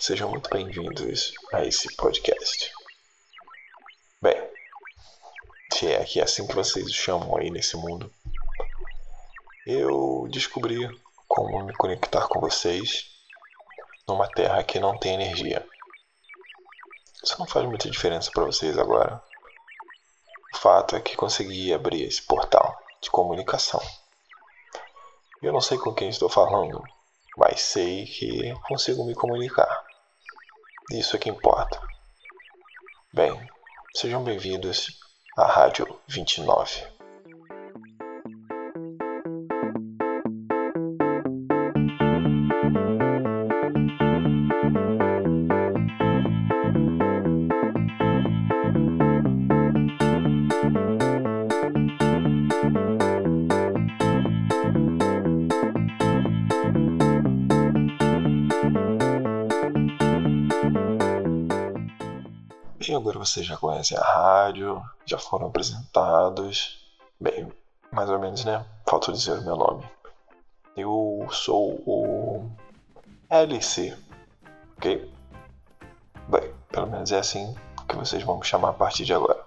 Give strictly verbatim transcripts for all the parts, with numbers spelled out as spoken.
Sejam muito bem-vindos a esse podcast. Bem, se é que é assim que vocês o chamam aí nesse mundo, eu descobri como me conectar com vocês numa terra que não tem energia. Isso não faz muita diferença para vocês agora. O fato é que consegui abrir esse portal de comunicação. Eu não sei com quem estou falando, mas sei que consigo me comunicar. Isso é que importa. Bem, sejam bem-vindos à Rádio vinte e nove. E agora vocês já conhecem a rádio, já foram apresentados. Bem, mais ou menos, né? Falta dizer o meu nome. Eu sou o L C, ok? Bem, pelo menos é assim que vocês vão me chamar a partir de agora.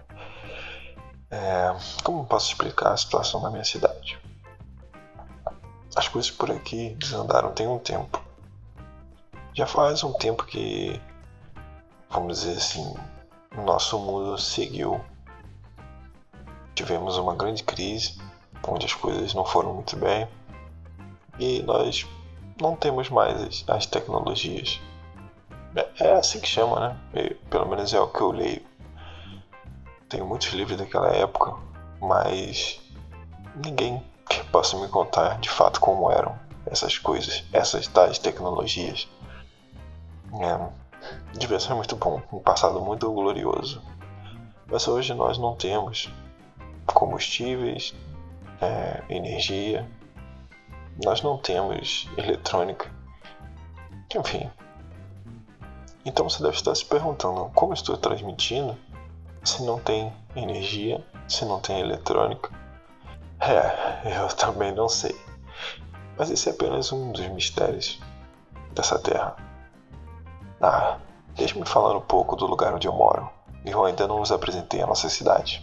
É, como eu posso explicar a situação na minha cidade? As coisas por aqui desandaram tem um tempo. Já faz um tempo que, vamos dizer assim, o nosso mundo seguiu. Tivemos uma grande crise, onde as coisas não foram muito bem, e nós não temos mais as, as tecnologias. É, é assim que chama, né? E, pelo menos é o que eu leio. Tenho muitos livros daquela época, mas ninguém que possa me contar de fato como eram essas coisas, essas tais tecnologias. É, devia ser muito bom, um passado muito glorioso. Mas hoje nós não temos combustíveis, é, energia, nós não temos eletrônica, enfim. Então você deve estar se perguntando como estou transmitindo se não tem energia, se não tem eletrônica. É, eu também não sei. Mas esse é apenas um dos mistérios dessa terra. Ah, deixe-me falar um pouco do lugar onde eu moro. Eu ainda não os apresentei a nossa cidade.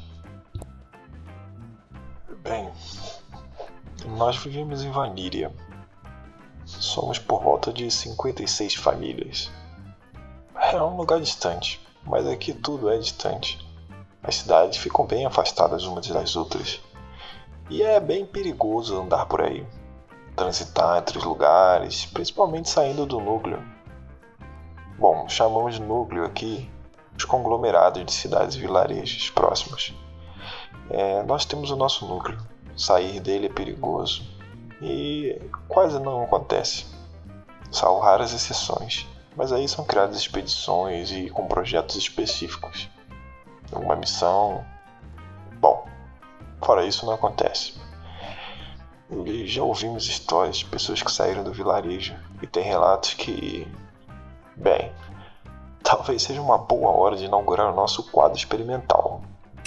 Bem, nós vivemos em Vaníria. Somos por volta de cinquenta e seis famílias. É um lugar distante, mas aqui tudo é distante. As cidades ficam bem afastadas umas das outras. E é bem perigoso andar por aí, transitar entre os lugares, principalmente saindo do núcleo. Bom, chamamos de núcleo aqui os conglomerados de cidades e vilarejos próximos. É, nós temos o nosso núcleo. Sair dele é perigoso e quase não acontece, salvo raras exceções. Mas aí são criadas expedições e com projetos específicos. Uma missão. Bom, fora isso não acontece. E já ouvimos histórias de pessoas que saíram do vilarejo e tem relatos que, bem, talvez seja uma boa hora de inaugurar o nosso quadro experimental.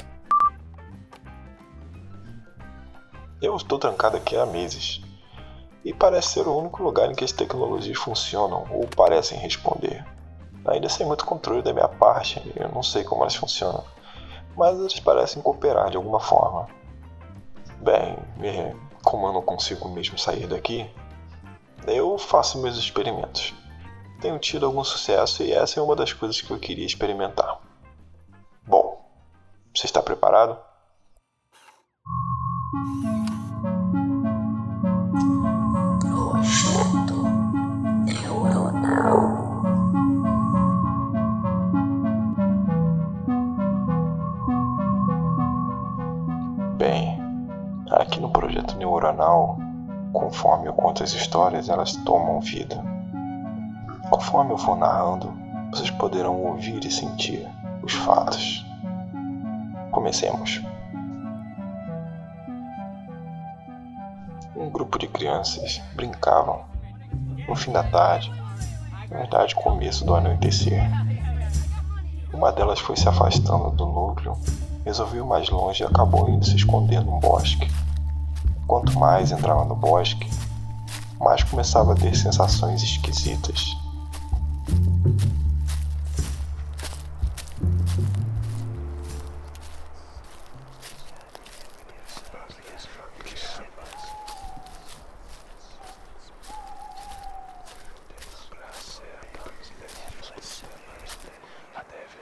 Eu estou trancado aqui há meses e parece ser o único lugar em que as tecnologias funcionam ou parecem responder. Ainda sem muito controle da minha parte, eu não sei como elas funcionam, mas elas parecem cooperar de alguma forma. Bem, como eu não consigo mesmo sair daqui, eu faço meus experimentos. Tenho tido algum sucesso e essa é uma das coisas que eu queria experimentar. Bom, você está preparado? Projeto Neuronal. Bem, aqui no Projeto Neuronal, conforme eu conto as histórias, elas tomam vida. Conforme eu for narrando, vocês poderão ouvir e sentir os fatos. Comecemos. Um grupo de crianças brincavam no fim da tarde, na verdade começo do anoitecer. Uma delas foi se afastando do núcleo, resolveu ir mais longe e acabou indo se esconder num bosque. Quanto mais entrava no bosque, mais começava a ter sensações esquisitas.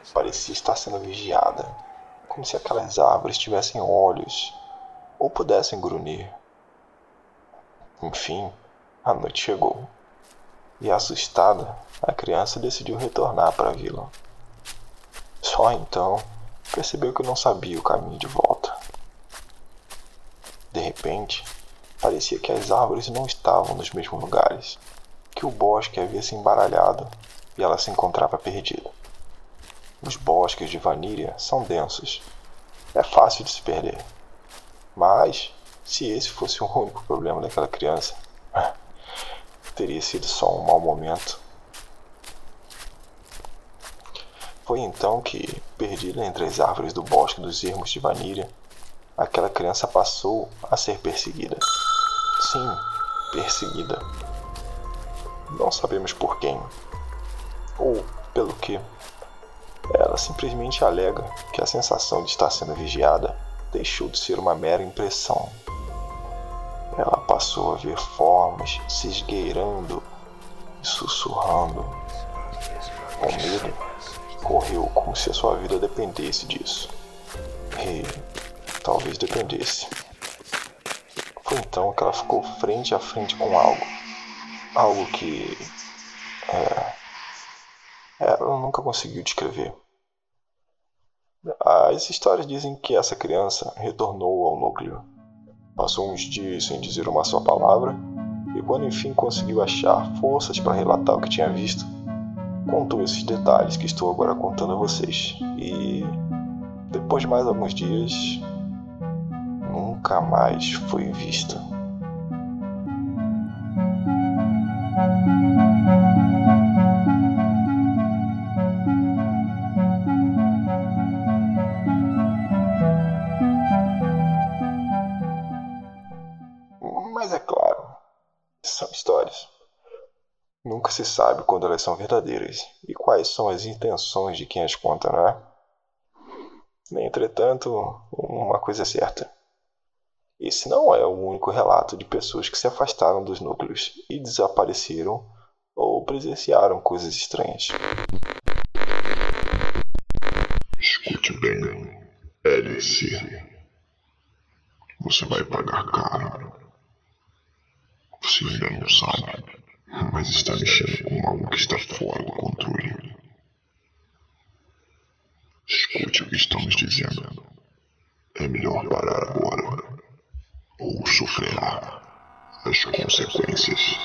parecia estar sendo vigiada, como se aquelas árvores tivessem olhos ou pudessem grunhir. Enfim, a noite chegou, e assustada, a criança decidiu retornar para a vila. Só então percebeu que não sabia o caminho de volta. De repente, parecia que as árvores não estavam nos mesmos lugares, que o bosque havia se embaralhado e ela se encontrava perdida. Os bosques de Vanilla são densos. É fácil de se perder. Mas, se esse fosse o único problema daquela criança, teria sido só um mau momento. Foi então que, perdida entre as árvores do bosque dos ermos de Vanilla, aquela criança passou a ser perseguida. Sim, perseguida. Não sabemos por quem, ou pelo que. Ela simplesmente alega que a sensação de estar sendo vigiada deixou de ser uma mera impressão. Ela passou a ver formas se esgueirando e sussurrando. Com medo, correu como se a sua vida dependesse disso. E talvez dependesse. Foi então que ela ficou frente a frente com algo. Algo que é, ela nunca conseguiu descrever. As histórias dizem que essa criança retornou ao núcleo. Passou uns dias sem dizer uma só palavra, e quando enfim conseguiu achar forças para relatar o que tinha visto, contou esses detalhes que estou agora contando a vocês. E depois de mais alguns dias, nunca mais foi vista. Mas é claro, são histórias. Nunca se sabe quando elas são verdadeiras e quais são as intenções de quem as conta, não é? Entretanto, uma coisa é certa. Esse não é o único relato de pessoas que se afastaram dos núcleos e desapareceram ou presenciaram coisas estranhas. Escute bem, Alice. Você vai pagar caro. Você ainda não sabe, mas está mexendo com algo que está fora do controle. Escute o que estamos dizendo. É melhor parar agora, ou sofrerá as consequências.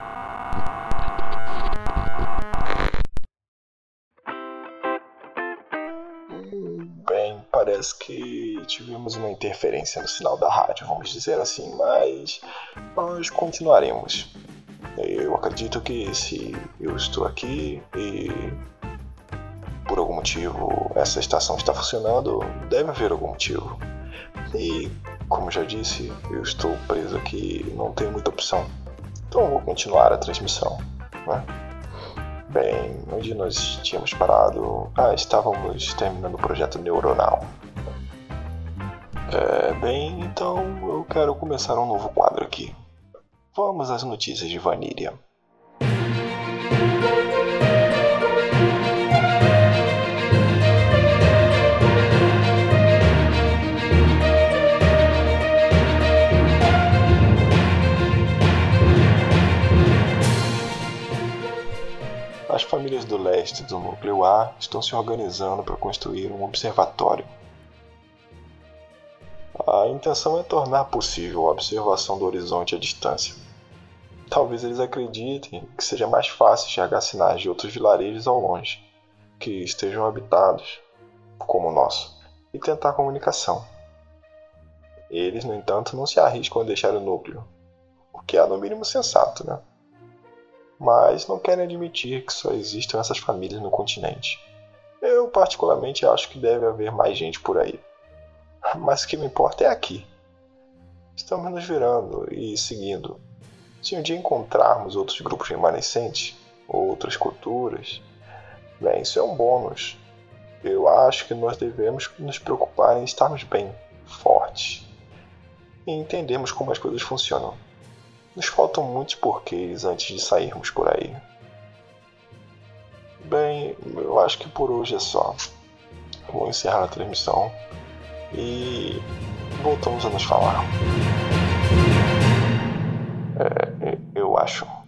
Bem, parece que tivemos uma interferência no sinal da rádio, vamos dizer assim, mas nós continuaremos. Eu acredito que se eu estou aqui e por algum motivo essa estação está funcionando, deve haver algum motivo. E, como já disse, eu estou preso aqui e não tenho muita opção. Então vou continuar a transmissão, né? Bem, onde nós tínhamos parado? Ah, estávamos terminando o projeto neuronal. É, bem, então eu quero começar um novo quadro aqui. Vamos às notícias de Vanilla. As famílias do leste do núcleo A estão se organizando para construir um observatório. A intenção é tornar possível a observação do horizonte à distância. Talvez eles acreditem que seja mais fácil enxergar sinais de outros vilarejos ao longe, que estejam habitados, como o nosso, e tentar comunicação. Eles, no entanto, não se arriscam a deixar o núcleo, o que é no mínimo sensato, né? Mas não querem admitir que só existam essas famílias no continente. Eu particularmente acho que deve haver mais gente por aí. Mas o que me importa é aqui. Estamos nos virando e seguindo. Se um dia encontrarmos outros grupos remanescentes, outras culturas, bem, isso é um bônus. Eu acho que nós devemos nos preocupar em estarmos bem, fortes, e entendermos como as coisas funcionam. Nos faltam muitos porquês antes de sairmos por aí. Bem, eu acho que por hoje é só. vou encerrar a transmissão e voltamos a nos falar. É, eu acho.